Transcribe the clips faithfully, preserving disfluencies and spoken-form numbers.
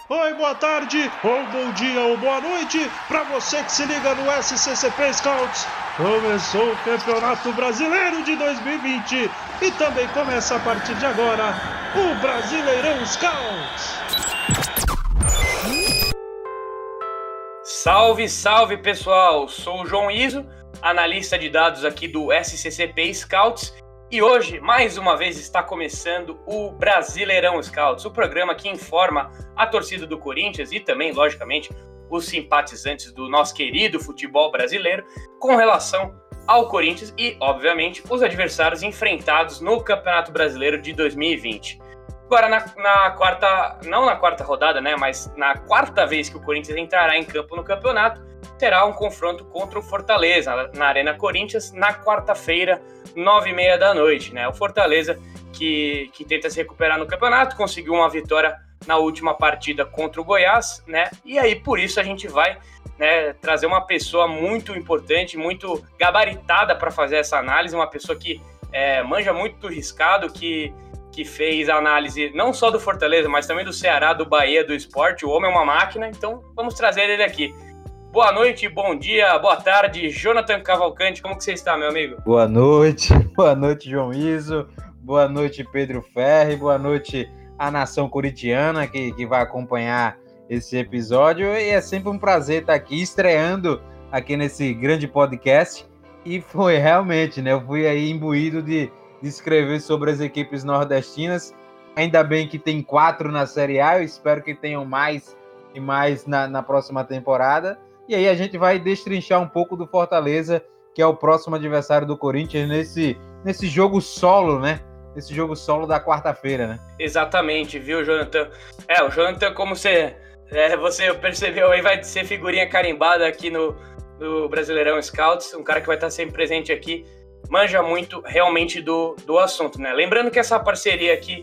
Oi, boa tarde, ou bom dia, ou boa noite, para você que se liga no S C C P Scouts. Começou o Campeonato Brasileiro de dois mil e vinte e também começa a partir de agora o Brasileirão Scouts. Salve, salve pessoal, sou o João Iso, analista de dados aqui do S C C P Scouts. E hoje, mais uma vez, está começando o Brasileirão Scouts, o programa que informa a torcida do Corinthians e também, logicamente, os simpatizantes do nosso querido futebol brasileiro com relação ao Corinthians e, obviamente, os adversários enfrentados no Campeonato Brasileiro de dois mil e vinte. Agora, na, na quarta, não na quarta rodada, né, mas na quarta vez que o Corinthians entrará em campo no campeonato, terá um confronto contra o Fortaleza, na, na Arena Corinthians, na quarta-feira, nove e meia da noite, né? O Fortaleza, que, que tenta se recuperar no campeonato, conseguiu uma vitória na última partida contra o Goiás, né? E aí, por isso, a gente vai, né, trazer uma pessoa muito importante, muito gabaritada para fazer essa análise, uma pessoa que é, manja muito do riscado, que, que fez a análise não só do Fortaleza, mas também do Ceará, do Bahia, do Sport. O homem é uma máquina, então vamos trazer ele aqui. Boa noite, bom dia, boa tarde, Jonathan Cavalcante, como que você está, meu amigo? Boa noite, boa noite, João Iso, boa noite, Pedro Ferri, boa noite à nação corintiana que, que vai acompanhar esse episódio, e é sempre um prazer estar aqui, estreando aqui nesse grande podcast, e foi realmente, né, eu fui aí imbuído de, de escrever sobre as equipes nordestinas, ainda bem que tem quatro na Série A, eu espero que tenham mais e mais na, na próxima temporada. E aí a gente vai destrinchar um pouco do Fortaleza, que é o próximo adversário do Corinthians nesse, nesse jogo solo, né? Nesse jogo solo da quarta-feira, né? Exatamente, viu, Jonathan? É, o Jonathan, como você, é, você percebeu aí, vai ser figurinha carimbada aqui no, no Brasileirão Scouts, um cara que vai estar sempre presente aqui, manja muito realmente do, do assunto, né? Lembrando que essa parceria aqui,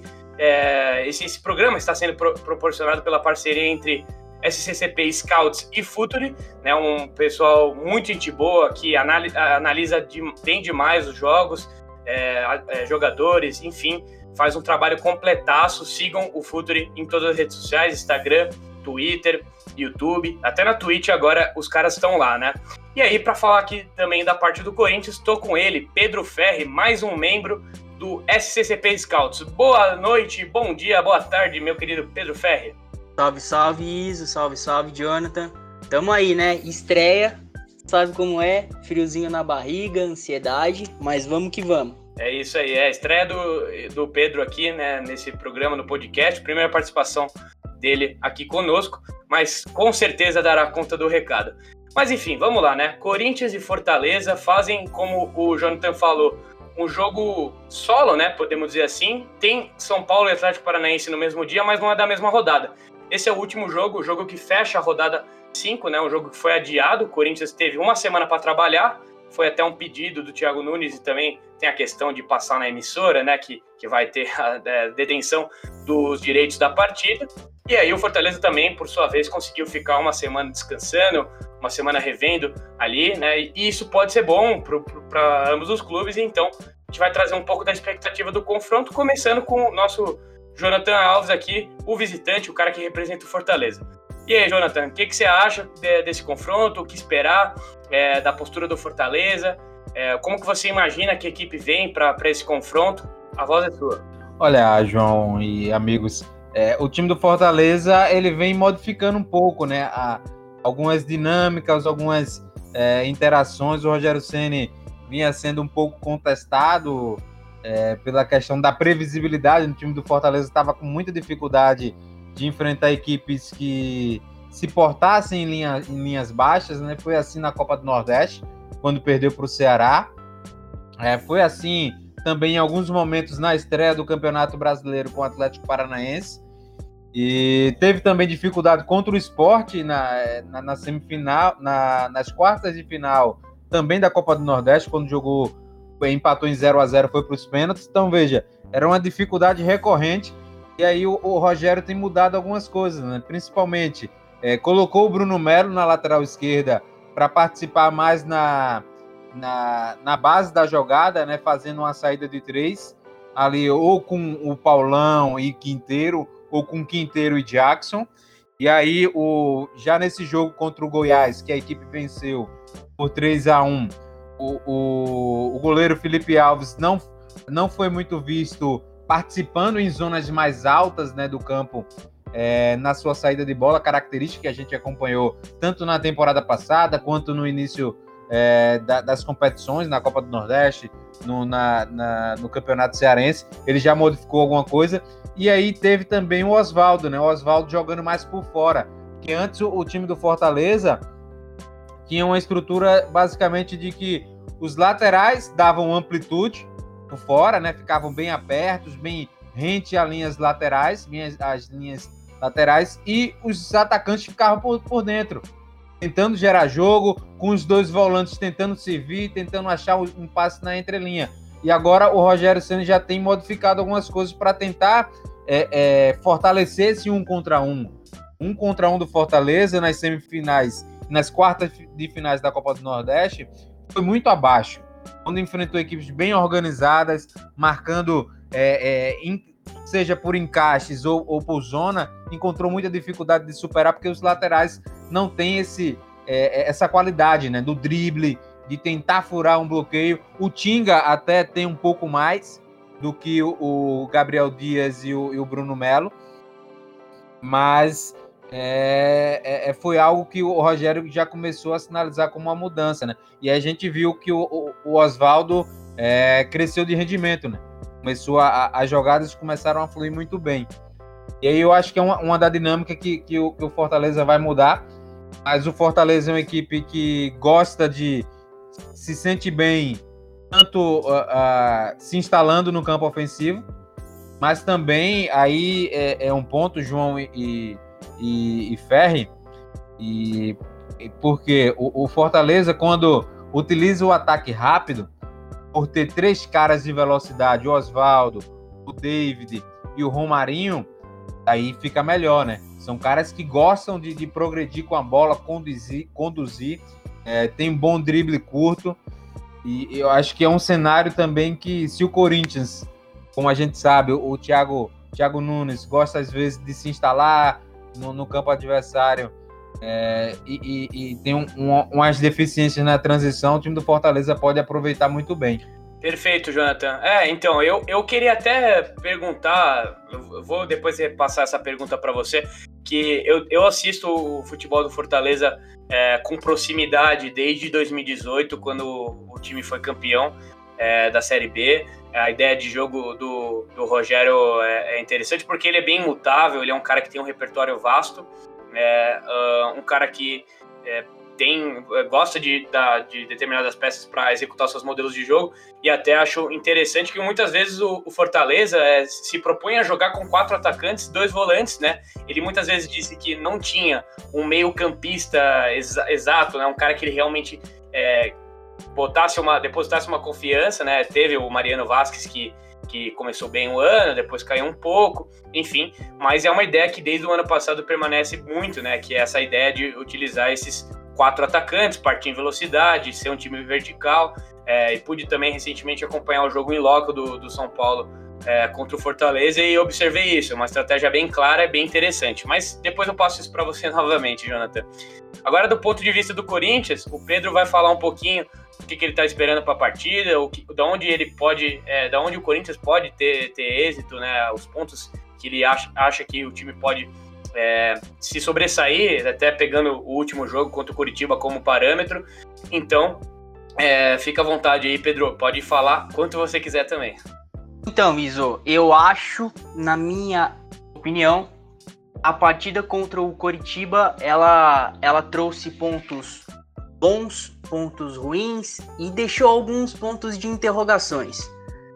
é, esse, esse programa está sendo pro, proporcionado pela parceria entre S C C P Scouts e Futuri, né, um pessoal muito gente boa que analisa, analisa de, bem demais os jogos, é, é, jogadores, enfim, faz um trabalho completaço. Sigam o Futuri em todas as redes sociais, Instagram, Twitter, YouTube, até na Twitch agora os caras estão lá, né? E aí, para falar aqui também da parte do Corinthians, estou com ele, Pedro Ferri, mais um membro do S C C P Scouts. Boa noite, bom dia, boa tarde, meu querido Pedro Ferri. Salve, salve, Iso, salve, salve, Jonathan. Tamo aí, né? Estreia, sabe como é? Friozinho na barriga, ansiedade, mas vamos que vamos. É isso aí, é a estreia do, do Pedro aqui, né, nesse programa, no podcast, primeira participação dele aqui conosco, mas com certeza dará conta do recado. Mas enfim, vamos lá, né? Corinthians e Fortaleza fazem, como o Jonathan falou, um jogo solo, né, podemos dizer assim. Tem São Paulo e Atlético Paranaense no mesmo dia, mas não é da mesma rodada. Esse é o último jogo, o jogo que fecha a rodada cinco, né? Um jogo que foi adiado. O Corinthians teve uma semana para trabalhar. Foi até um pedido do Thiago Nunes, e também tem a questão de passar na emissora, né? Que, que vai ter a, a detenção dos direitos da partida. E aí o Fortaleza também, por sua vez, conseguiu ficar uma semana descansando, uma semana revendo ali, né? E isso pode ser bom para ambos os clubes. Então a gente vai trazer um pouco da expectativa do confronto, começando com o nosso Jonathan Alves aqui, o visitante, o cara que representa o Fortaleza. E aí, Jonathan, o que, que você acha de, desse confronto? O que esperar é, da postura do Fortaleza? É, como que você imagina que a equipe vem para esse confronto? A voz é sua. Olha, João e amigos, é, o time do Fortaleza, ele vem modificando um pouco, né? A, algumas dinâmicas, algumas é, interações. O Rogério Ceni vinha sendo um pouco contestado É, pela questão da previsibilidade. O time do Fortaleza estava com muita dificuldade de enfrentar equipes que se portassem em, linha, em linhas baixas, né? Foi assim na Copa do Nordeste, quando perdeu para o Ceará. É, foi assim também em alguns momentos na estreia do Campeonato Brasileiro com o Atlético Paranaense. E teve também dificuldade contra o Sport na, na, na semifinal, na, nas quartas de final também da Copa do Nordeste, quando jogou empatou em zero a zero, foi para os pênaltis. Então, veja, era uma dificuldade recorrente, e aí o, o Rogério tem mudado algumas coisas, né? Principalmente, é, colocou o Bruno Melo na lateral esquerda para participar mais na, na, na base da jogada, né? Fazendo uma saída de três, ali ou com o Paulão e Quinteiro, ou com Quinteiro e Jackson. E aí, o, já nesse jogo contra o Goiás, que a equipe venceu por três a um, o, o, o goleiro Felipe Alves não, não foi muito visto participando em zonas mais altas, né, do campo, é, na sua saída de bola, característica que a gente acompanhou tanto na temporada passada quanto no início é, da, das competições, na Copa do Nordeste, no, na, na, no Campeonato Cearense. Ele já modificou alguma coisa. E aí teve também o Oswaldo, né? O Oswaldo jogando mais por fora. Que antes o, o time do Fortaleza tinha uma estrutura basicamente de que os laterais davam amplitude por fora, né? Ficavam bem abertos, bem rente às linhas laterais, as linhas laterais, e os atacantes ficavam por, por dentro, tentando gerar jogo, com os dois volantes tentando servir, tentando achar um passe na entrelinha. E agora o Rogério Ceni já tem modificado algumas coisas para tentar é, é, fortalecer esse um contra um. Um contra um do Fortaleza nas semifinais, nas quartas de finais da Copa do Nordeste, foi muito abaixo. Quando enfrentou equipes bem organizadas, marcando, é, é, in, seja por encaixes ou, ou por zona, encontrou muita dificuldade de superar, porque os laterais não têm esse, é, essa qualidade, né, do drible, de tentar furar um bloqueio. O Tinga até tem um pouco mais do que o, o Gabriel Dias e o, e o Bruno Melo, mas é, é, foi algo que o Rogério já começou a sinalizar como uma mudança, né? E a gente viu que o, o, o Oswaldo é, cresceu de rendimento, né? Começou a, as jogadas começaram a fluir muito bem. E aí eu acho que é uma, uma da dinâmica que, que, o, que o Fortaleza vai mudar, mas o Fortaleza é uma equipe que gosta de se sente bem tanto uh, uh, se instalando no campo ofensivo, mas também aí é, é um ponto, João e, e, e Ferri, e, e porque o, o Fortaleza, quando utiliza o ataque rápido, por ter três caras de velocidade, o Oswaldo, o David e o Romarinho, aí fica melhor, né? São caras que gostam de, de progredir com a bola, conduzir, conduzir é, tem um bom drible curto, e eu acho que é um cenário também que, se o Corinthians, como a gente sabe, o, o Thiago, Thiago Nunes gosta às vezes de se instalar no, no campo adversário, é, e, e, e tem um, um, umas deficiências na transição, o time do Fortaleza pode aproveitar muito bem. Perfeito, Jonathan. É, então, eu, eu queria até perguntar, eu vou depois repassar essa pergunta para você, que eu, eu assisto o futebol do Fortaleza é, com proximidade desde dois mil e dezoito, quando o time foi campeão é, da Série B. A ideia de jogo do, do Rogério é, é interessante porque ele é bem imutável, ele é um cara que tem um repertório vasto, é, uh, um cara que é, tem, gosta de, de determinadas peças para executar seus modelos de jogo, e até acho interessante que muitas vezes o, o Fortaleza é, se propõe a jogar com quatro atacantes, dois volantes, né? Ele muitas vezes disse que não tinha um meio campista exa, exato, né? Um cara que ele realmente é, botasse uma, depositasse uma confiança, né? Teve o Mariano Vasquez que, que começou bem o ano, depois caiu um pouco, enfim, mas é uma ideia que desde o ano passado permanece muito, né? Que é essa ideia de utilizar esses quatro atacantes, partir em velocidade, ser um time vertical, é, e pude também recentemente acompanhar o jogo em loco do, do São Paulo é, contra o Fortaleza e observei isso, uma estratégia bem clara, bem interessante, mas depois eu passo isso para você novamente, Jonathan. Agora, do ponto de vista do Corinthians, o Pedro vai falar um pouquinho o que, que ele está esperando para a partida, o que, da onde ele pode, é, da onde o Corinthians pode ter, ter êxito, né, os pontos que ele acha, acha que o time pode É, se sobressair, até pegando o último jogo contra o Curitiba como parâmetro. Então, é, fica à vontade aí, Pedro, pode falar quanto você quiser também. Então, Iso, eu acho, na minha opinião, a partida contra o Curitiba, ela, ela trouxe pontos bons, pontos ruins e deixou alguns pontos de interrogações.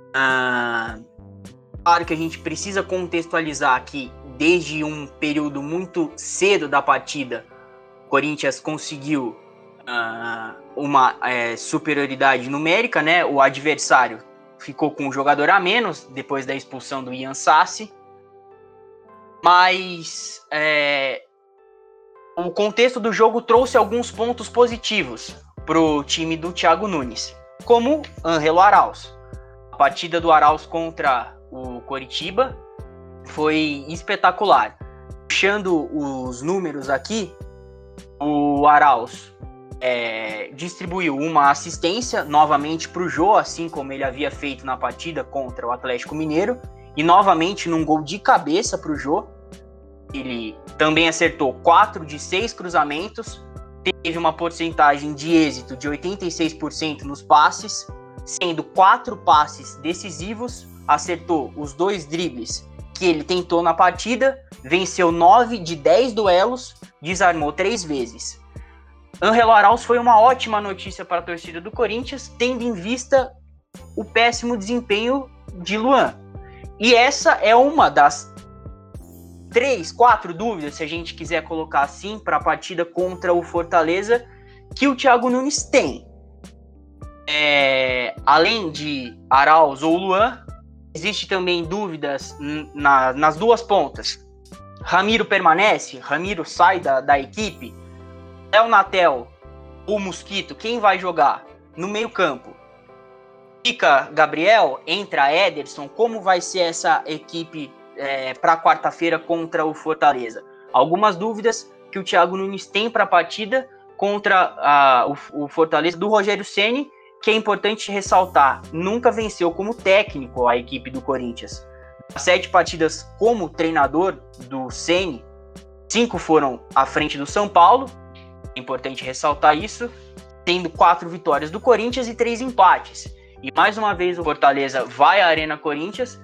Ah, claro que a gente precisa contextualizar aqui. Desde um período muito cedo da partida, o Corinthians conseguiu uh, uma é, superioridade numérica, né? O adversário ficou com um jogador a menos depois da expulsão do Ian Sassi. Mas é, o contexto do jogo trouxe alguns pontos positivos para o time do Thiago Nunes, como Ángelo Arauz. A partida do Arauz contra o Coritiba foi espetacular. puxando os números aqui, o Arauz é, distribuiu uma assistência novamente para o Jô, assim como ele havia feito na partida contra o Atlético Mineiro, e novamente num gol de cabeça para o Jô. Ele também acertou quatro de seis cruzamentos, teve uma porcentagem de êxito de oitenta e seis por cento nos passes, sendo quatro passes decisivos, acertou os dois dribles que ele tentou na partida, venceu nove de dez duelos, desarmou três vezes. Ángelo Arauz foi uma ótima notícia para a torcida do Corinthians, tendo em vista o péssimo desempenho de Luan. E essa é uma das três, quatro dúvidas, se a gente quiser colocar assim, para a partida contra o Fortaleza, que o Thiago Nunes tem. É, além de Arauz ou Luan, existe também dúvidas na, nas duas pontas. Ramiro permanece? Ramiro sai da, da equipe? Léo Natel ou Mosquito, quem vai jogar? No meio campo, fica Gabriel? Entra Ederson? Como vai ser essa equipe é, para quarta-feira contra o Fortaleza? Algumas dúvidas que o Thiago Nunes tem para a partida contra a, o, o Fortaleza do Rogério Ceni, que é importante ressaltar, nunca venceu como técnico a equipe do Corinthians. As sete partidas como treinador do Ceni, cinco foram à frente do São Paulo, é importante ressaltar isso, tendo quatro vitórias do Corinthians e três empates. E mais uma vez o Fortaleza vai à Arena Corinthians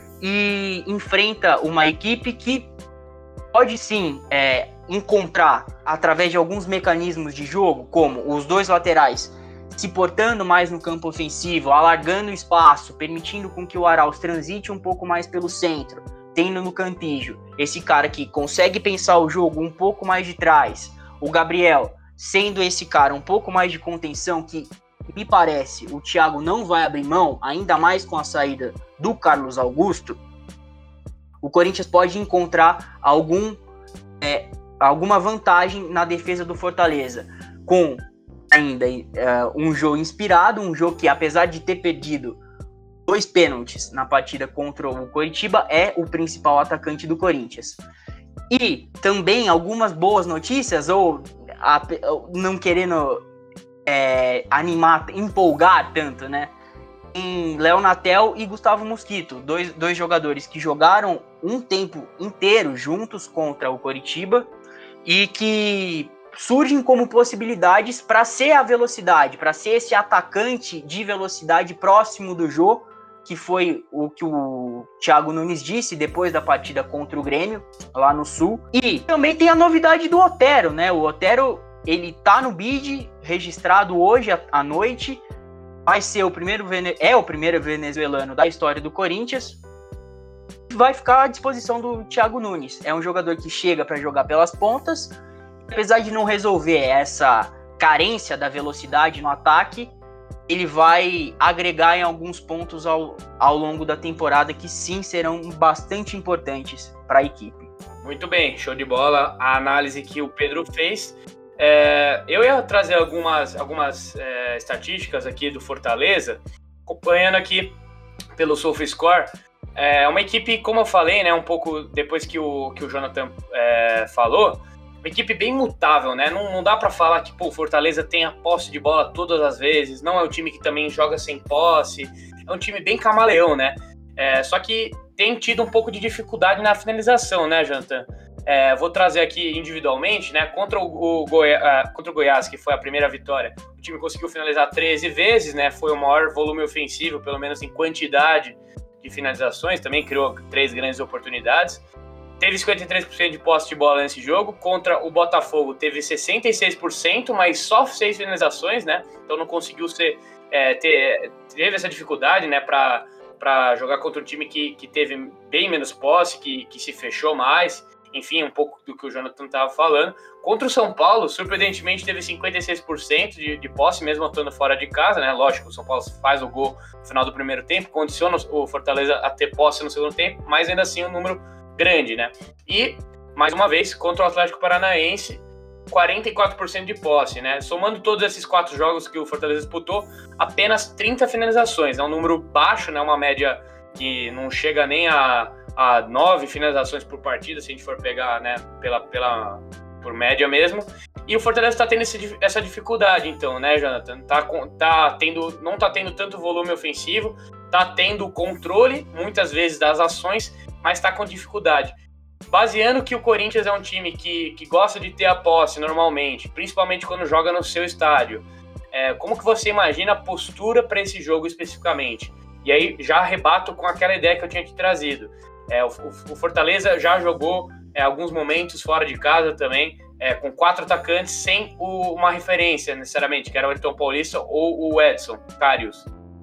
e enfrenta uma equipe que pode sim é, encontrar, através de alguns mecanismos de jogo, como os dois laterais se portando mais no campo ofensivo, alargando o espaço, permitindo com que o Arauz transite um pouco mais pelo centro, tendo no Cantígio esse cara que consegue pensar o jogo um pouco mais de trás, o Gabriel sendo esse cara um pouco mais de contenção, que me parece o Thiago não vai abrir mão, ainda mais com a saída do Carlos Augusto, o Corinthians pode encontrar algum, é, alguma vantagem na defesa do Fortaleza, com ainda uh, um jogo inspirado, um jogo que, apesar de ter perdido dois pênaltis na partida contra o Coritiba, é o principal atacante do Corinthians. E também algumas boas notícias, ou a, não querendo é, animar, empolgar tanto, né? Em Léo Natel e Gustavo Mosquito, dois, dois jogadores que jogaram um tempo inteiro juntos contra o Coritiba e que surgem como possibilidades para ser a velocidade, para ser esse atacante de velocidade próximo do Jô, que foi o que o Thiago Nunes disse depois da partida contra o Grêmio, lá no Sul. E também tem a novidade do Otero, né? O Otero, ele tá no bid, registrado hoje à noite, vai ser o primeiro, é o primeiro venezuelano da história do Corinthians, vai ficar à disposição do Thiago Nunes. É um jogador que chega para jogar pelas pontas, apesar de não resolver essa carência da velocidade no ataque, ele vai agregar em alguns pontos ao, ao longo da temporada que sim serão bastante importantes para a equipe. Muito bem, show de bola a análise que o Pedro fez. É, eu ia trazer algumas, algumas é, estatísticas aqui do Fortaleza, acompanhando aqui pelo SofaScore. É uma equipe, como eu falei, né, um pouco depois que o, que o Jonathan é, falou, uma equipe bem mutável, né? Não, não dá para falar que pô, o Fortaleza tem a posse de bola todas as vezes, não é um time que também joga sem posse, é um time bem camaleão, né? É, só que tem tido um pouco de dificuldade na finalização, né, Jonathan? É, vou trazer aqui individualmente, né? Contra o, o, Goi- uh, contra o Goiás, que foi a primeira vitória, o time conseguiu finalizar treze vezes, né? Foi o maior volume ofensivo, pelo menos em quantidade de finalizações, também criou três grandes oportunidades. Teve cinquenta e três por cento de posse de bola nesse jogo. Contra o Botafogo teve sessenta e seis por cento, mas só seis finalizações, né? Então não conseguiu ser, é, ter, teve essa dificuldade, né? Para para jogar contra um time que, que teve bem menos posse, que, que se fechou mais. Enfim, um pouco do que o Jonathan estava falando. Contra o São Paulo, surpreendentemente, teve cinquenta e seis por cento de, de posse, mesmo estando fora de casa, né? Lógico, o São Paulo faz o gol no final do primeiro tempo, condiciona o Fortaleza a ter posse no segundo tempo, mas ainda assim um número grande, né? E, mais uma vez, contra o Atlético Paranaense, quarenta e quatro por cento de posse, né? Somando todos esses quatro jogos que o Fortaleza disputou, apenas trinta finalizações, é um número baixo, né? Uma média que não chega nem a, a nove finalizações por partida, se a gente for pegar, né, pela, pela, por média mesmo. E o Fortaleza está tendo esse, essa dificuldade, então, né, Jonathan? Tá, tá tendo, não está tendo tanto volume ofensivo, está tendo controle, muitas vezes, das ações, mas está com dificuldade. Baseando que o Corinthians é um time que, que gosta de ter a posse normalmente, principalmente quando joga no seu estádio, é, como que você imagina a postura para esse jogo especificamente? E aí já rebato com aquela ideia que eu tinha te trazido. É, o, o Fortaleza já jogou é, alguns momentos fora de casa também, é, com quatro atacantes sem o, uma referência necessariamente, que era o Ayrton Paulista ou o Edson Carius.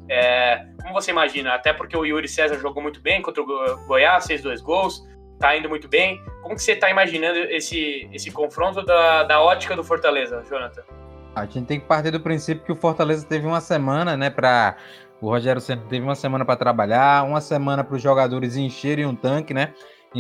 É, como você imagina? Até porque o Yuri César jogou muito bem contra o Goiás, fez dois gols, tá indo muito bem. Como que você tá imaginando esse, esse confronto da, da ótica do Fortaleza, Jonathan? A gente tem que partir do princípio que o Fortaleza teve uma semana, né, para o Rogério sempre teve uma semana para trabalhar, uma semana para os jogadores encherem um tanque, né?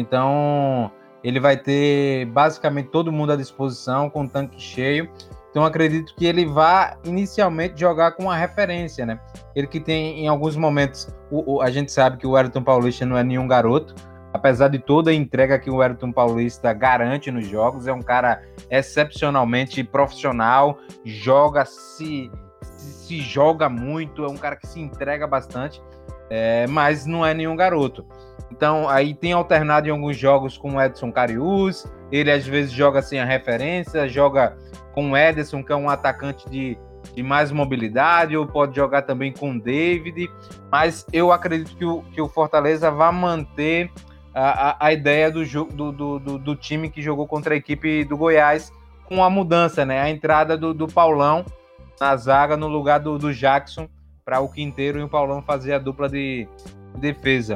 Então ele vai ter basicamente todo mundo à disposição com o tanque cheio. Então acredito que ele vai inicialmente jogar com uma referência, né? Ele que tem em alguns momentos, o, o, a gente sabe que o Ayrton Paulista não é nenhum garoto, apesar de toda a entrega que o Ayrton Paulista garante nos jogos, é um cara excepcionalmente profissional, joga, se, se joga muito, é um cara que se entrega bastante, é, mas não é nenhum garoto. Então, aí tem alternado em alguns jogos com o Edson Carius, ele às vezes joga sem a referência, joga com o Ederson, que é um atacante de, de mais mobilidade, ou pode jogar também com o David, mas eu acredito que o, que o Fortaleza vai manter A, a, a ideia do, do, do, do, do time que jogou contra a equipe do Goiás, com a mudança, né? A entrada do, do Paulão na zaga no lugar do, do Jackson, para o Quinteiro e o Paulão fazer a dupla de, de defesa.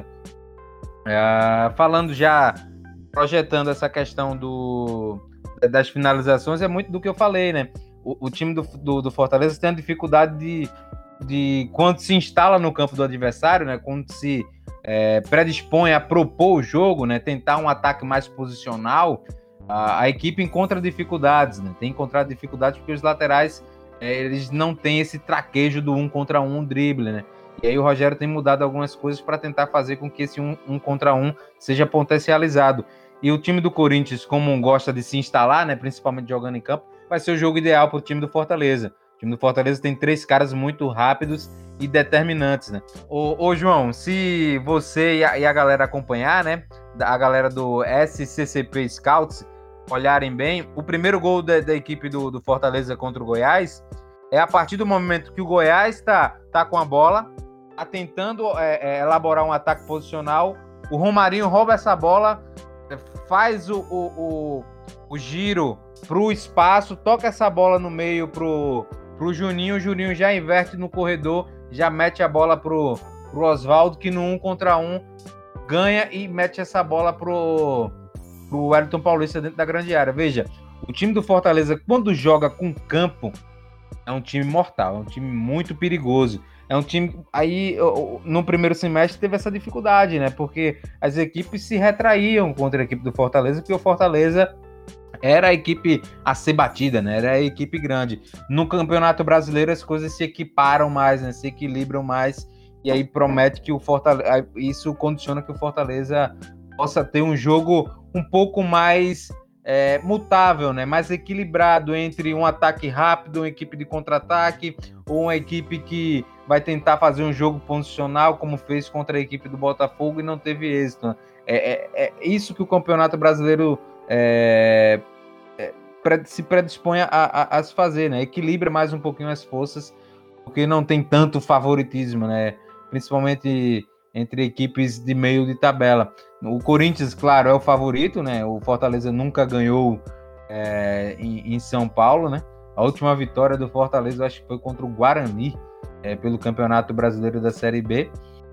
É, falando já, projetando essa questão do, das finalizações, é muito do que eu falei, né? O, o time do, do, do Fortaleza tem a dificuldade de, de, quando se instala no campo do adversário, né? Quando se É, predispõe a propor o jogo, né, tentar um ataque mais posicional, a, a equipe encontra dificuldades, né, tem encontrado dificuldades porque os laterais é, eles não têm esse traquejo do um contra um drible, né, e aí o Rogério tem mudado algumas coisas para tentar fazer com que esse um, um contra um seja potencializado. E o time do Corinthians, como gosta de se instalar, né, principalmente jogando em campo, vai ser o jogo ideal para o time do Fortaleza. O time do Fortaleza tem três caras muito rápidos e determinantes, né? Ô, ô João, se você e a, e a galera acompanhar, né? A galera do S C C P Scouts olharem bem, o primeiro gol da, da equipe do, do Fortaleza contra o Goiás é a partir do momento que o Goiás está tá com a bola, tá tentando é, é, elaborar um ataque posicional, o Romarinho rouba essa bola, faz o, o, o, o giro pro espaço, toca essa bola no meio pro, pro Juninho, o Juninho já inverte no corredor, já mete a bola pro, pro Oswaldo, que no um contra um ganha e mete essa bola pro, pro Wellington Paulista dentro da grande área. Veja, o time do Fortaleza, quando joga com campo, é um time mortal, é um time muito perigoso. É um time, aí no primeiro semestre teve essa dificuldade, né? Porque as equipes se retraíam contra a equipe do Fortaleza, porque o Fortaleza era a equipe a ser batida, né? Era a equipe grande. No Campeonato Brasileiro as coisas se equiparam mais, né? Se equilibram mais, e aí promete que o Fortaleza, isso condiciona que o Fortaleza possa ter um jogo um pouco mais é, mutável, né? Mais equilibrado entre um ataque rápido, uma equipe de contra-ataque, ou uma equipe que vai tentar fazer um jogo posicional, como fez contra a equipe do Botafogo e não teve êxito, né? É, é, é isso que o Campeonato Brasileiro É, é, se predispõe a, a, a se fazer, né? Equilibra mais um pouquinho as forças, porque não tem tanto favoritismo, né? Principalmente entre equipes de meio de tabela. O Corinthians, claro, é o favorito, né? O Fortaleza nunca ganhou é, em, em São Paulo, né? A última vitória do Fortaleza, eu acho que foi contra o Guarani, é, pelo Campeonato Brasileiro da Série B.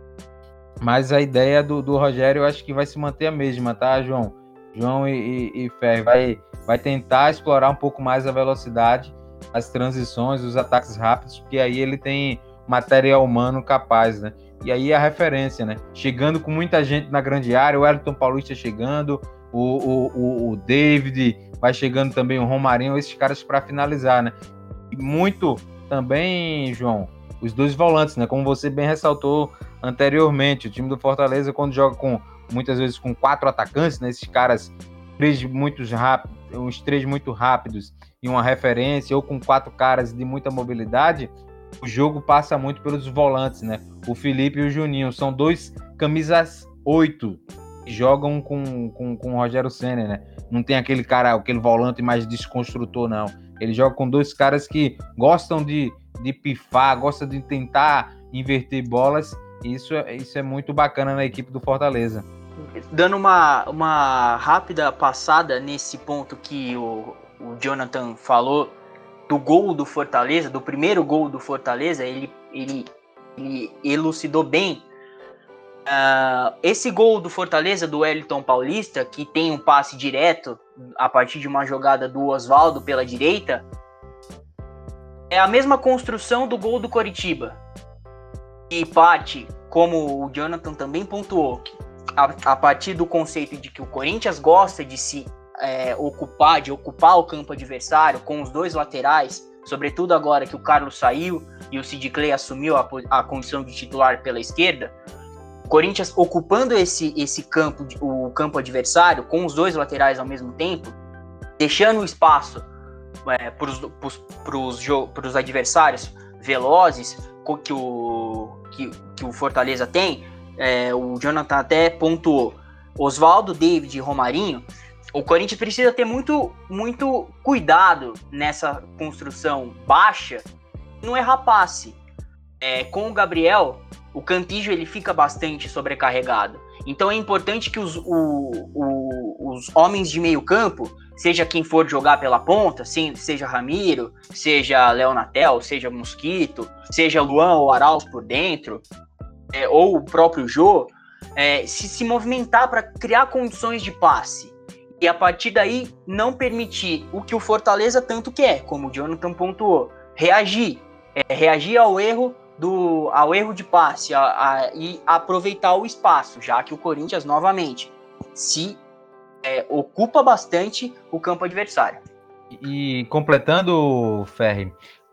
Mas a ideia do, do Rogério, eu acho que vai se manter a mesma, tá, João? João e, e, e Ferri vai, vai tentar explorar um pouco mais a velocidade, as transições, os ataques rápidos, porque aí ele tem material humano capaz, né? E aí a referência, né? Chegando com muita gente na grande área, o Wellington Paulista chegando, o, o, o, o David, vai chegando também o Romarinho, esses caras para finalizar, né? E muito também, João, os dois volantes, né? Como você bem ressaltou anteriormente. O time do Fortaleza, quando joga com muitas vezes com quatro atacantes, né, esses caras, três muito rápidos, os três muito rápidos e uma referência, ou com quatro caras de muita mobilidade, o jogo passa muito pelos volantes, né? O Felipe e o Juninho são dois camisas oito que jogam com, com, com o Rogério Ceni, né? Não tem aquele cara, aquele volante mais desconstrutor, não. Ele joga com dois caras que gostam de, de pifar, gostam de tentar inverter bolas. Isso, isso é muito bacana na equipe do Fortaleza. Dando uma, uma rápida passada nesse ponto que o, o Jonathan falou, do gol do Fortaleza, do primeiro gol do Fortaleza, ele, ele, ele elucidou bem. Uh, esse gol do Fortaleza, do Wellington Paulista, que tem um passe direto a partir de uma jogada do Oswaldo pela direita, é a mesma construção do gol do Coritiba. E parte, como o Jonathan também pontuou, a, a partir do conceito de que o Corinthians gosta de se é, ocupar, de ocupar o campo adversário com os dois laterais, sobretudo agora que o Carlos saiu e o Sid Clay assumiu a, a condição de titular pela esquerda, o Corinthians ocupando esse, esse campo, o campo adversário, com os dois laterais ao mesmo tempo, deixando o espaço é, para os adversários velozes que o, que, que o Fortaleza tem. É, o Jonathan até pontuou Oswaldo, David e Romarinho. O Corinthians precisa ter muito, muito cuidado nessa construção baixa e não errar passe. É, com o Gabriel, o Cantillo ele fica bastante sobrecarregado. Então é importante que os, o, o, os homens de meio campo, seja quem for jogar pela ponta, seja Ramiro, seja Leonatel, seja Mosquito, seja Luan ou Arauz por dentro, é, ou o próprio Jô, é, se, se movimentar para criar condições de passe. E a partir daí não permitir o que o Fortaleza tanto quer, como o Jonathan pontuou, reagir. É, reagir ao erro Do, ao erro de passe a, a, e aproveitar o espaço, já que o Corinthians novamente se é, ocupa bastante o campo adversário. E, e completando, Ferri,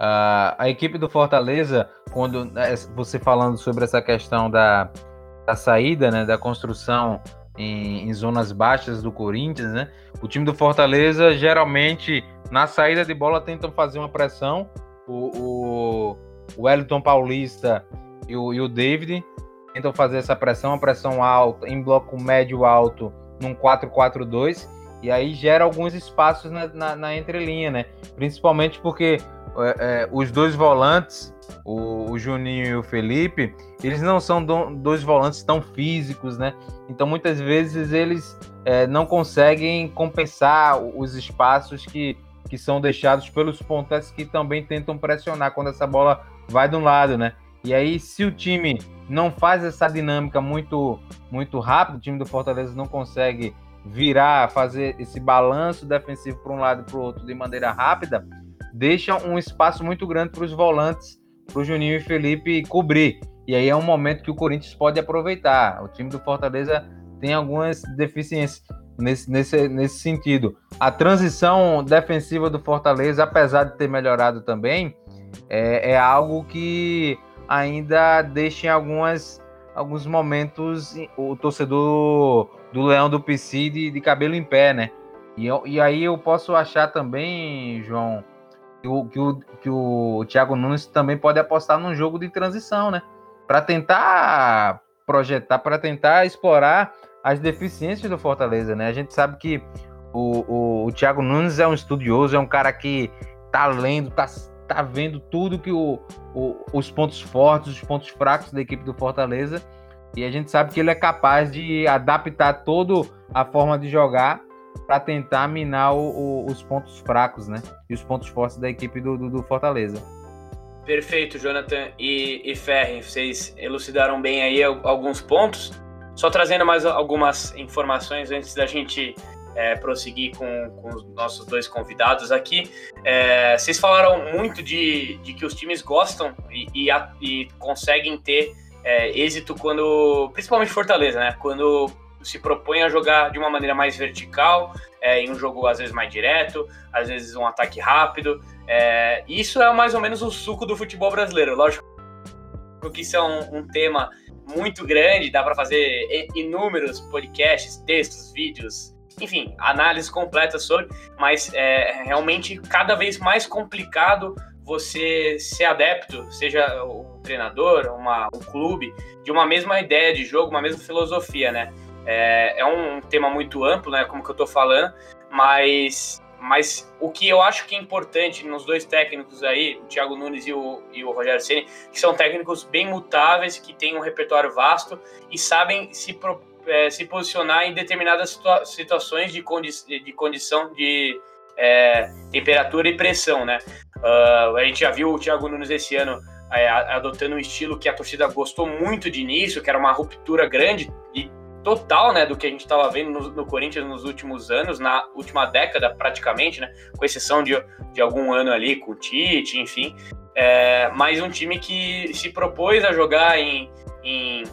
a, a equipe do Fortaleza, quando você falando sobre essa questão da, da saída, né, da construção em, em zonas baixas do Corinthians, né, o time do Fortaleza geralmente na saída de bola tentam fazer uma pressão. o, o O Wellington Paulista e o, e o David tentam fazer essa pressão, uma pressão alta, em bloco médio alto, num quatro quatro dois, e aí gera alguns espaços na, na, na entrelinha, né? Principalmente porque é, é, os dois volantes, o, o Juninho e o Felipe, eles não são do, dois volantes tão físicos, né? Então muitas vezes eles é, não conseguem compensar os espaços que, que são deixados pelos pontas que também tentam pressionar quando essa bola vai de um lado, né? E aí, se o time não faz essa dinâmica muito, muito rápido, o time do Fortaleza não consegue virar, fazer esse balanço defensivo para um lado e para o outro de maneira rápida, deixa um espaço muito grande para os volantes, para o Juninho e Felipe cobrir. E aí é um momento que o Corinthians pode aproveitar. O time do Fortaleza tem algumas deficiências nesse, nesse, nesse sentido. A transição defensiva do Fortaleza, apesar de ter melhorado também, É, é algo que ainda deixa em algumas, alguns momentos o torcedor do Leão do P C de, de cabelo em pé, né? E, e aí eu posso achar também, João, que o, que, o, que o Thiago Nunes também pode apostar num jogo de transição, né? Para tentar projetar, para tentar explorar as deficiências do Fortaleza, né? A gente sabe que o, o, o Thiago Nunes é um estudioso, é um cara que tá lendo, tá tá vendo tudo que o, o, os pontos fortes, os pontos fracos da equipe do Fortaleza, e a gente sabe que ele é capaz de adaptar toda a forma de jogar para tentar minar o, o, os pontos fracos, né? E os pontos fortes da equipe do, do, do Fortaleza. Perfeito, Jonathan e, e Ferri, vocês elucidaram bem aí alguns pontos. Só trazendo mais algumas informações antes da gente É, prosseguir com, com os nossos dois convidados aqui. É, vocês falaram muito de, de que os times gostam e, e, a, e conseguem ter é, êxito quando, principalmente Fortaleza, né? Quando se propõe a jogar de uma maneira mais vertical, é, em um jogo às vezes mais direto, às vezes um ataque rápido. É, isso é mais ou menos o suco do futebol brasileiro. Lógico que isso é um, um tema muito grande, dá para fazer inúmeros podcasts, textos, vídeos, enfim, análise completa sobre, mas é realmente cada vez mais complicado você ser adepto, seja um treinador, uma, um clube, de uma mesma ideia de jogo, uma mesma filosofia, né? É, é um tema muito amplo, né, como que eu tô falando, mas, mas o que eu acho que é importante nos dois técnicos aí, o Thiago Nunes e o, e o Rogério Ceni, que são técnicos bem mutáveis, que têm um repertório vasto e sabem se, é, se posicionar em determinadas situa- situações de, condi- de condição de é, temperatura e pressão, né? Uh, a gente já viu o Thiago Nunes esse ano é, adotando um estilo que a torcida gostou muito de início, que era uma ruptura grande e total, né, do que a gente estava vendo no, no Corinthians nos últimos anos, na última década praticamente, né, com exceção de, de algum ano ali com o Tite, enfim, é, mas um time que se propôs a jogar em, em,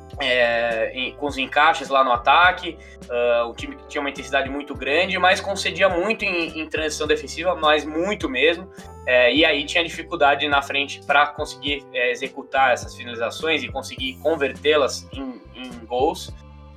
é, em, com os encaixes lá no ataque, uh, um time que tinha uma intensidade muito grande, mas concedia muito em, em transição defensiva, mas muito mesmo, é, e aí tinha dificuldade na frente para conseguir é, executar essas finalizações e conseguir convertê-las em, em gols.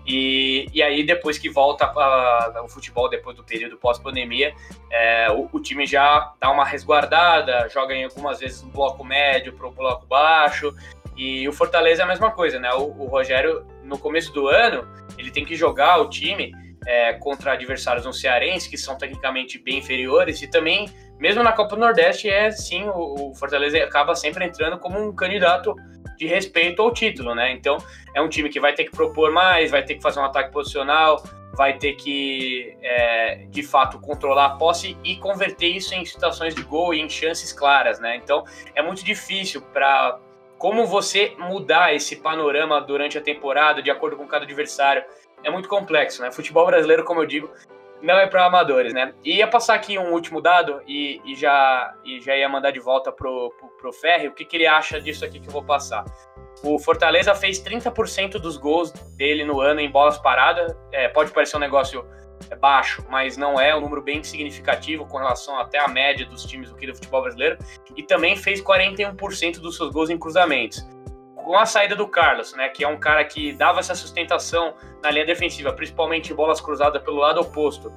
E, e aí, depois que volta a, o futebol, depois do período pós-pandemia, é, o, o time já dá uma resguardada, joga em algumas vezes um bloco médio para o bloco baixo, e o Fortaleza é a mesma coisa, né? O, o Rogério, no começo do ano, ele tem que jogar o time é, contra adversários no Cearense, que são tecnicamente bem inferiores, e também, mesmo na Copa do Nordeste, é sim, o, o Fortaleza acaba sempre entrando como um candidato de respeito ao título, né? Então, é um time que vai ter que propor mais, vai ter que fazer um ataque posicional, vai ter que, é, de fato, controlar a posse e converter isso em situações de gol e em chances claras, né? Então, é muito difícil para... Como você mudar esse panorama durante a temporada, de acordo com cada adversário, é muito complexo, né? Futebol brasileiro, como eu digo, não é para amadores, né? E ia passar aqui um último dado e, e, já, e já ia mandar de volta pro, pro, pro Ferri, o que, que ele acha disso aqui que eu vou passar. O Fortaleza fez trinta por cento dos gols dele no ano em bolas paradas, é, pode parecer um negócio baixo, mas não é, um número bem significativo com relação até à média dos times do, do futebol brasileiro, e também fez quarenta e um por cento dos seus gols em cruzamentos. Com a saída do Carlos, né, que é um cara que dava essa sustentação na linha defensiva, principalmente bolas cruzadas pelo lado oposto,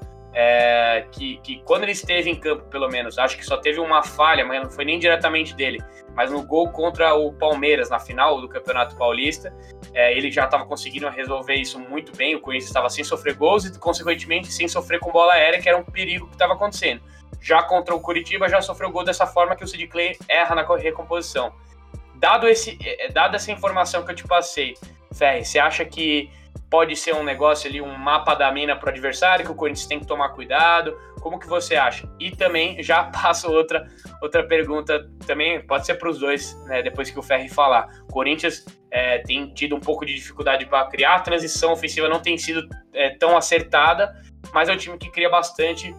é, que, que quando ele esteve em campo, pelo menos, acho que só teve uma falha, mas não foi nem diretamente dele, mas no gol contra o Palmeiras, na final do Campeonato Paulista, é, ele já estava conseguindo resolver isso muito bem, o Corinthians estava sem sofrer gols e, consequentemente, sem sofrer com bola aérea, que era um perigo que estava acontecendo. Já contra o Curitiba, já sofreu gol dessa forma que o Sid Clay erra na recomposição. Dado esse, dada essa informação que eu te passei, Ferri, você acha que pode ser um negócio ali, um mapa da mina para o adversário, que o Corinthians tem que tomar cuidado? Como que você acha? E também já passo outra, outra pergunta, também pode ser para os dois, né, depois que o Ferri falar. O Corinthians é, tem tido um pouco de dificuldade para criar, a transição ofensiva não tem sido é, tão acertada, mas é um time que cria bastante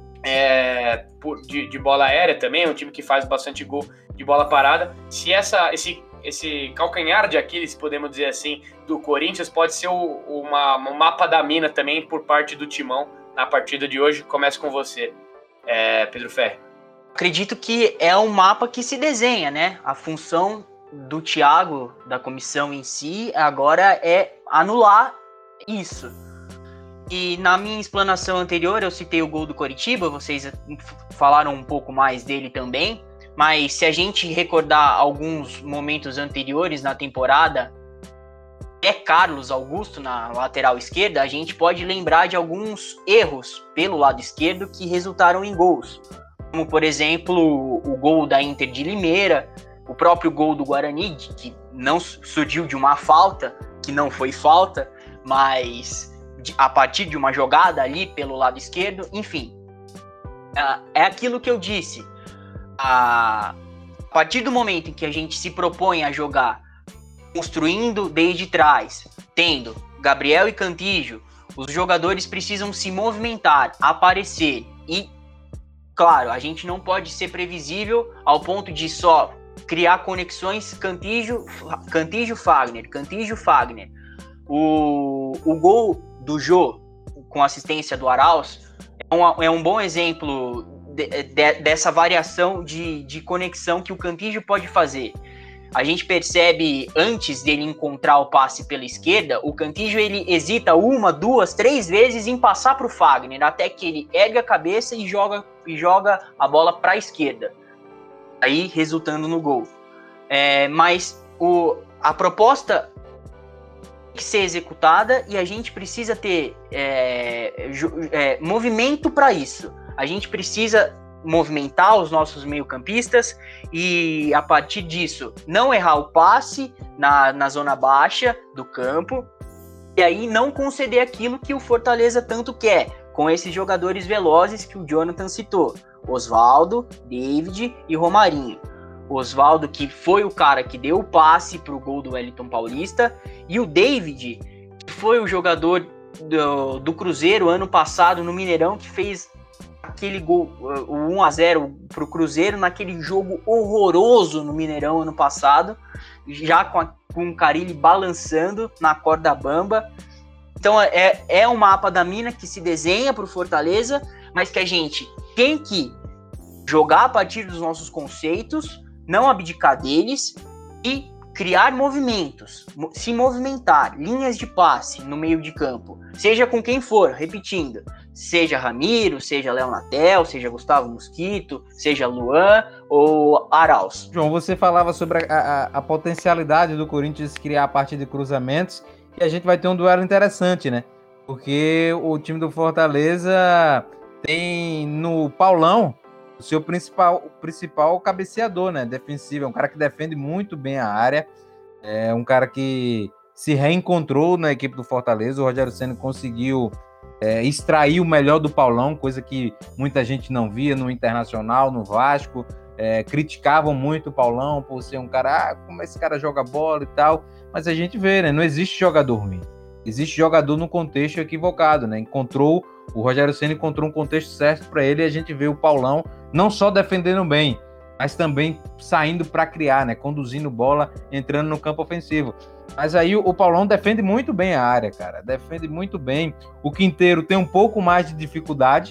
é, por, de, de bola aérea também, é um time que faz bastante gol de bola parada. Se essa, esse, esse calcanhar de Aquiles, podemos dizer assim, do Corinthians, pode ser o, uma, um mapa da mina também por parte do Timão na partida de hoje. Começo com você, é, Pedro Ferri. Acredito que é um mapa que se desenha, né? A função do Thiago, da comissão em si, agora é anular isso. E na minha explanação anterior, eu citei o gol do Coritiba, vocês falaram um pouco mais dele também, mas se a gente recordar alguns momentos anteriores na temporada, é Carlos Augusto na lateral esquerda, a gente pode lembrar de alguns erros pelo lado esquerdo que resultaram em gols. Como, por exemplo, o gol da Inter de Limeira, o próprio gol do Guarani, que não surgiu de uma falta, que não foi falta, mas a partir de uma jogada ali pelo lado esquerdo, enfim. É aquilo que eu disse. A partir do momento em que a gente se propõe a jogar construindo desde trás, tendo Gabriel e Cantillo, os jogadores precisam se movimentar, aparecer e, claro, a gente não pode ser previsível ao ponto de só criar conexões Cantillo, Cantillo Fagner, Cantillo Fagner. O, o gol do Jô com assistência do Arauz é um, é um bom exemplo de, de, dessa variação de, de conexão que o Cantillo pode fazer. a gente percebe, antes dele encontrar o passe pela esquerda, o Cantillo ele hesita uma, duas, três vezes em passar para o Fagner, até que ele ergue a cabeça e joga, e joga a bola para a esquerda, aí resultando no gol. É, mas o, a proposta tem que ser executada e a gente precisa ter é, é, movimento para isso. A gente precisa movimentar os nossos meio-campistas e, a partir disso, não errar o passe na, na zona baixa do campo e aí não conceder aquilo que o Fortaleza tanto quer, com esses jogadores velozes que o Jonathan citou, Osvaldo, David e Romarinho. Osvaldo, que foi o cara que deu o passe para o gol do Wellington Paulista, e o David, que foi o jogador do, do Cruzeiro ano passado no Mineirão, que fez aquele gol, o um a zero pro Cruzeiro, naquele jogo horroroso no Mineirão ano passado, já com, a, com o Carille balançando na corda bamba. Então é, é um mapa da mina que se desenha pro Fortaleza, mas que a gente tem que jogar a partir dos nossos conceitos, não abdicar deles e criar movimentos, se movimentar, linhas de passe no meio de campo, seja com quem for, repetindo, seja Ramiro, seja Léo Natel, seja Gustavo Mosquito, seja Luan ou Arauz. João, você falava sobre a, a, a potencialidade do Corinthians criar a partir de cruzamentos, e a gente vai ter um duelo interessante, né? Porque o time do Fortaleza tem no Paulão o seu principal, o principal cabeceador, né? Defensivo, é um cara que defende muito bem a área, é um cara que se reencontrou na equipe do Fortaleza. O Rogério Ceni conseguiu é, extrair o melhor do Paulão, coisa que muita gente não via no Internacional, no Vasco. É, criticavam muito o Paulão por ser um cara, ah, como esse cara joga bola e tal, mas a gente vê, né? Não existe jogador ruim, existe jogador no contexto equivocado, né? Encontrou, o Rogério Ceni encontrou um contexto certo para ele, e a gente vê o Paulão não só defendendo bem, mas também saindo para criar, né? Conduzindo bola, entrando no campo ofensivo. Mas aí o Paulão defende muito bem a área, cara, defende muito bem. O Quinteiro tem um pouco mais de dificuldade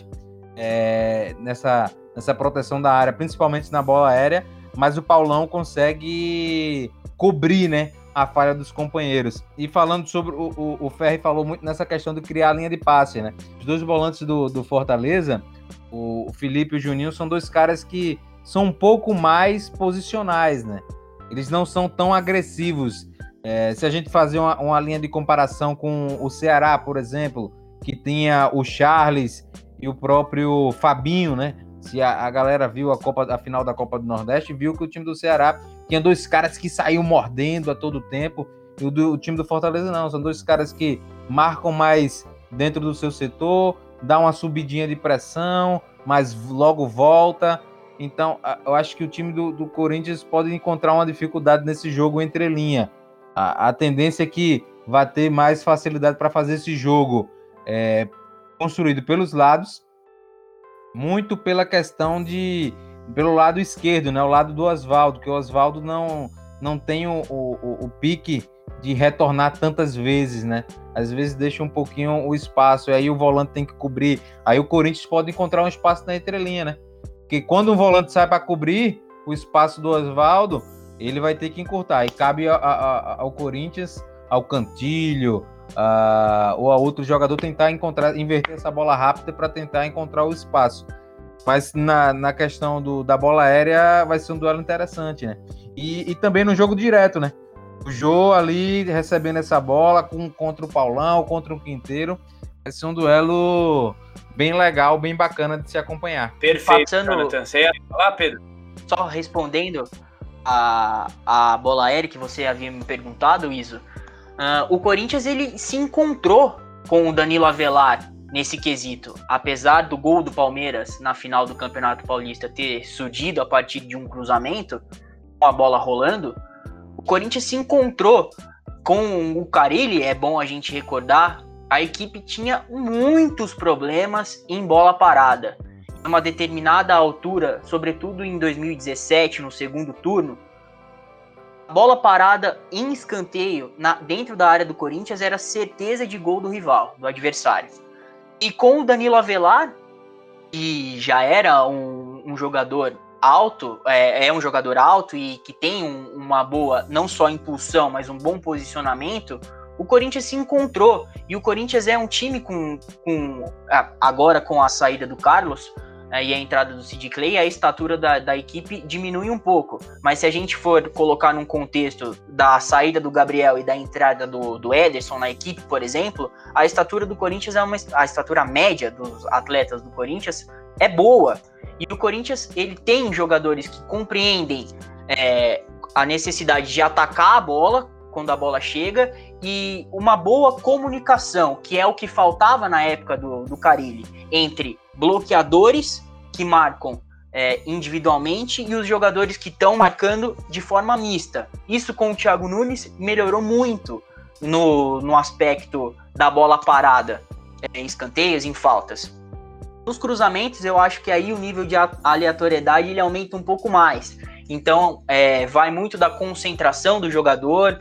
é, nessa, nessa proteção da área, principalmente na bola aérea, mas o Paulão consegue cobrir, né, a falha dos companheiros. E falando sobre o, o, o Ferri falou muito nessa questão de criar a linha de passe, né? Os dois volantes do, do Fortaleza, o Felipe e o Juninho, são dois caras que são um pouco mais posicionais, né? Eles não são tão agressivos. É, se a gente fazer uma, uma linha de comparação com o Ceará, por exemplo, que tinha o Charles e o próprio Fabinho, né? Se a, a galera viu a, Copa, a final da Copa do Nordeste, viu que o time do Ceará tinha dois caras que saíam mordendo a todo tempo, e o, do, o time do Fortaleza não, são dois caras que marcam mais dentro do seu setor, dá uma subidinha de pressão, mas logo volta. Então, eu acho que o time do, do Corinthians pode encontrar uma dificuldade nesse jogo entre linha. A, a tendência é que vai ter mais facilidade para fazer esse jogo é, construído pelos lados, muito pela questão de... pelo lado esquerdo, né? O lado do Osvaldo, que o Osvaldo não, não tem o, o, o pique de retornar tantas vezes, né? Às vezes deixa um pouquinho o espaço, e aí o volante tem que cobrir. Aí o Corinthians pode encontrar um espaço na entrelinha, né? Porque quando um volante sai para cobrir o espaço do Osvaldo, ele vai ter que encurtar. E cabe a, a, a, ao Corinthians, ao Cantillo, a, ou a outro jogador tentar encontrar, inverter essa bola rápida para tentar encontrar o espaço. Mas na, na questão do, da bola aérea vai ser um duelo interessante, né? E, e também no jogo direto, né? O Jô ali recebendo essa bola com, contra o Paulão, contra o Quinteiro. Vai ser um duelo bem legal, bem bacana de se acompanhar. Perfeito, Passando... Jonathan. Você ia falar, Pedro? Só respondendo a, a bola aérea que você havia me perguntado, Iso. Uh, o Corinthians ele se encontrou com o Danilo Avelar nesse quesito. Apesar do gol do Palmeiras na final do Campeonato Paulista ter surgido a partir de um cruzamento, com a bola rolando, o Corinthians se encontrou com o Carille. É bom a gente recordar, a equipe tinha muitos problemas em bola parada. Em uma determinada altura, sobretudo em dois mil e dezessete, no segundo turno, a bola parada em escanteio na, dentro da área do Corinthians era certeza de gol do rival, do adversário. E com o Danilo Avelar, que já era um, um jogador alto, é, é um jogador alto e que tem um, uma boa, não só impulsão, mas um bom posicionamento, o Corinthians se encontrou. E o Corinthians é um time com, com agora com a saída do Carlos é, e a entrada do Sid Clay, a estatura da, da equipe diminui um pouco. Mas se a gente for colocar num contexto da saída do Gabriel e da entrada do, do Ederson na equipe, por exemplo, a estatura do Corinthians é uma a estatura média dos atletas do Corinthians é boa. E o Corinthians, ele tem jogadores que compreendem é, a necessidade de atacar a bola quando a bola chega e uma boa comunicação, que é o que faltava na época do, do Carille, entre bloqueadores que marcam é, individualmente e os jogadores que estão marcando de forma mista. Isso com o Thiago Nunes melhorou muito no, no aspecto da bola parada, é, em escanteios, em faltas. Nos cruzamentos, eu acho que aí o nível de aleatoriedade ele aumenta um pouco mais. Então, é, vai muito da concentração do jogador,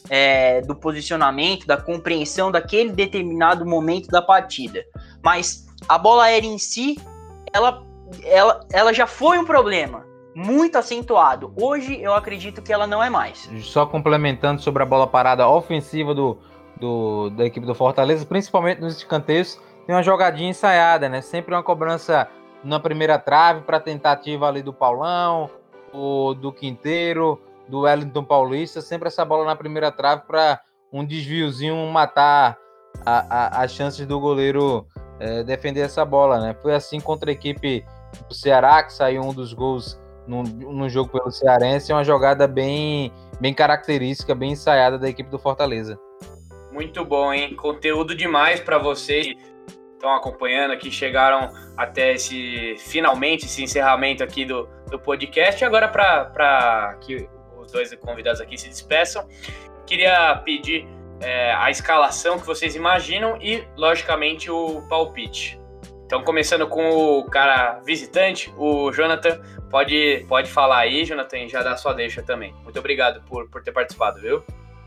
é, do posicionamento, da compreensão daquele determinado momento da partida. Mas a bola aérea em si, ela, ela, ela já foi um problema muito acentuado. Hoje, eu acredito que ela não é mais. Só complementando sobre a bola parada ofensiva do, do, da equipe do Fortaleza, principalmente nos escanteios, tem uma jogadinha ensaiada, né? Sempre uma cobrança na primeira trave para tentativa ali do Paulão, ou do Quinteiro, do Wellington Paulista, sempre essa bola na primeira trave para um desviozinho matar a, a, as chances do goleiro é, defender essa bola, né? Foi assim contra a equipe do Ceará, que saiu um dos gols no, no jogo pelo Cearense, é uma jogada bem, bem característica, bem ensaiada da equipe do Fortaleza. Muito bom, hein? Conteúdo demais para vocês que estão acompanhando aqui, chegaram até esse, finalmente, esse encerramento aqui do, do podcast. E agora, para que os dois convidados aqui se despeçam, queria pedir é, a escalação que vocês imaginam e, logicamente, o palpite. Então, começando com o cara visitante, o Jonathan, pode, pode falar aí, Jonathan, e já dá sua deixa também. Muito obrigado por, por ter participado, viu?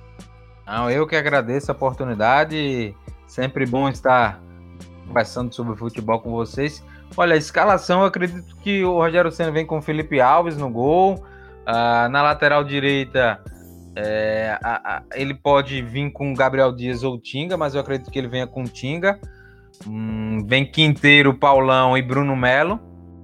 Não, eu que agradeço a oportunidade, sempre bom estar conversando sobre futebol com vocês. Olha, a escalação, eu acredito que o Rogério Ceni vem com o Felipe Alves no gol, ah, na lateral direita é, a, a, ele pode vir com Gabriel Dias ou Tinga, mas eu acredito que ele venha com Tinga. Hum, vem Quinteiro, Paulão e Bruno Melo.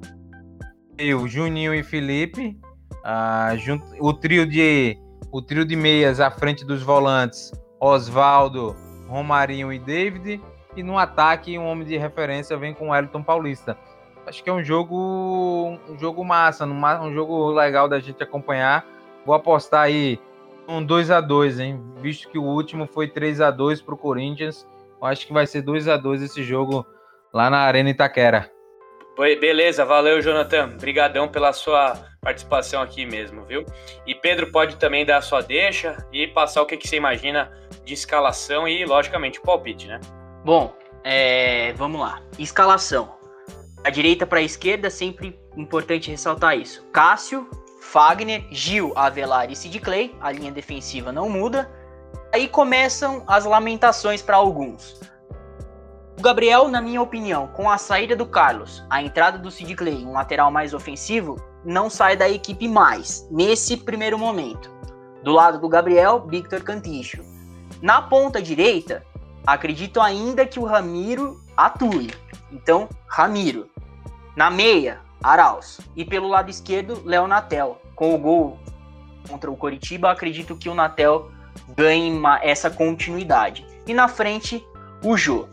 Eu, Juninho e Felipe. Ah, junto, o, trio de, o trio de meias à frente dos volantes, Osvaldo, Romarinho e David. E no ataque, um homem de referência vem com o Wellington Paulista. Acho que é um jogo, um jogo massa, um jogo legal da gente acompanhar. Vou apostar aí um dois a dois, hein? Visto que o último foi três a dois para o Corinthians. Eu acho que vai ser dois a dois esse jogo lá na Arena Itaquera. Beleza, valeu, Jonathan. Obrigadão pela sua participação aqui mesmo, viu? E Pedro pode também dar a sua deixa e passar o que, que você imagina de escalação e, logicamente, o palpite, né? Bom, é, vamos lá. Escalação. Da direita para a esquerda, sempre importante ressaltar isso. Cássio, Fagner, Gil, Avelar e Sid Clay. A linha defensiva não muda. Aí começam as lamentações para alguns. O Gabriel, na minha opinião, com a saída do Carlos, a entrada do Sid Clay, um lateral mais ofensivo, não sai da equipe mais, nesse primeiro momento. Do lado do Gabriel, Victor Cantillo. Na ponta direita, acredito ainda que o Ramiro atue. Então, Ramiro. Na meia, Arauz. E pelo lado esquerdo, Léo Natel. Com o gol contra o Coritiba, acredito que o Natel ganhe uma, essa continuidade. E na frente, o Jô.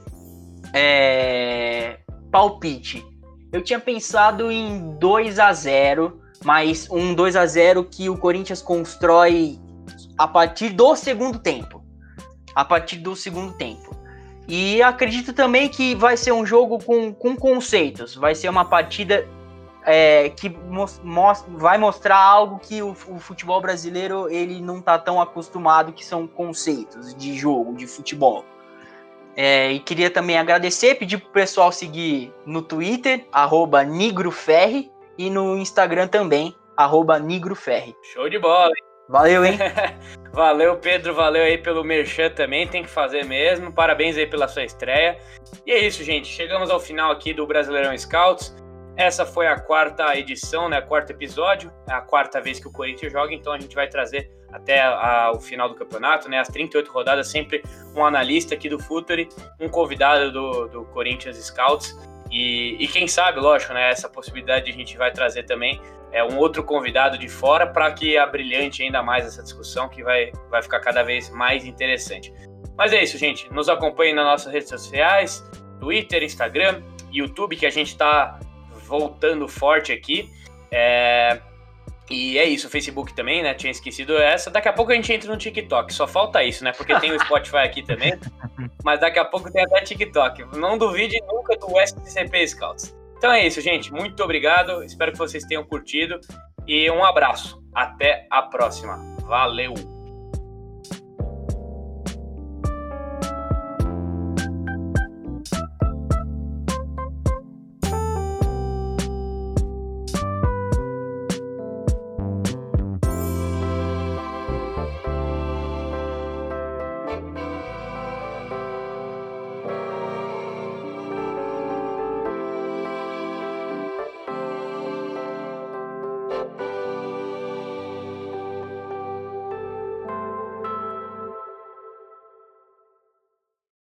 É... Palpite. Eu tinha pensado em dois a zero, mas um dois a zero que o Corinthians constrói a partir do segundo tempo. A partir do segundo tempo. E acredito também que vai ser um jogo com, com conceitos. Vai ser uma partida é, que mos, mos, vai mostrar algo que o, o futebol brasileiro ele não está tão acostumado, que são conceitos de jogo, de futebol. É, e queria também agradecer, pedir pro pessoal seguir no Twitter, arroba NigroFerri, e no Instagram também, arroba NigroFerri. Show de bola, hein? Valeu, hein? Valeu, Pedro, valeu aí pelo merchan também, tem que fazer mesmo. Parabéns aí pela sua estreia. E é isso, gente, chegamos ao final aqui do Brasileirão Scouts. Essa foi a quarta edição, né? Quarto episódio, é a quarta vez que o Corinthians joga, então a gente vai trazer até a, a, o final do campeonato, né? As trinta e oito rodadas, sempre um analista aqui do Futuri, um convidado do, do Corinthians Scouts, e, e quem sabe, lógico, né? Essa possibilidade a gente vai trazer também é, um outro convidado de fora para que abrilhante ainda mais essa discussão, que vai, vai ficar cada vez mais interessante. Mas é isso, gente. Nos acompanhem nas nossas redes sociais, Twitter, Instagram, YouTube, que a gente está voltando forte aqui. É... E é isso, o Facebook também, né? Tinha esquecido essa. Daqui a pouco a gente entra no TikTok. Só falta isso, né? Porque tem o Spotify aqui também. Mas daqui a pouco tem até TikTok. Não duvide nunca do S C C P Scouts. Então é isso, gente. Muito obrigado. Espero que vocês tenham curtido. E um abraço. Até a próxima. Valeu!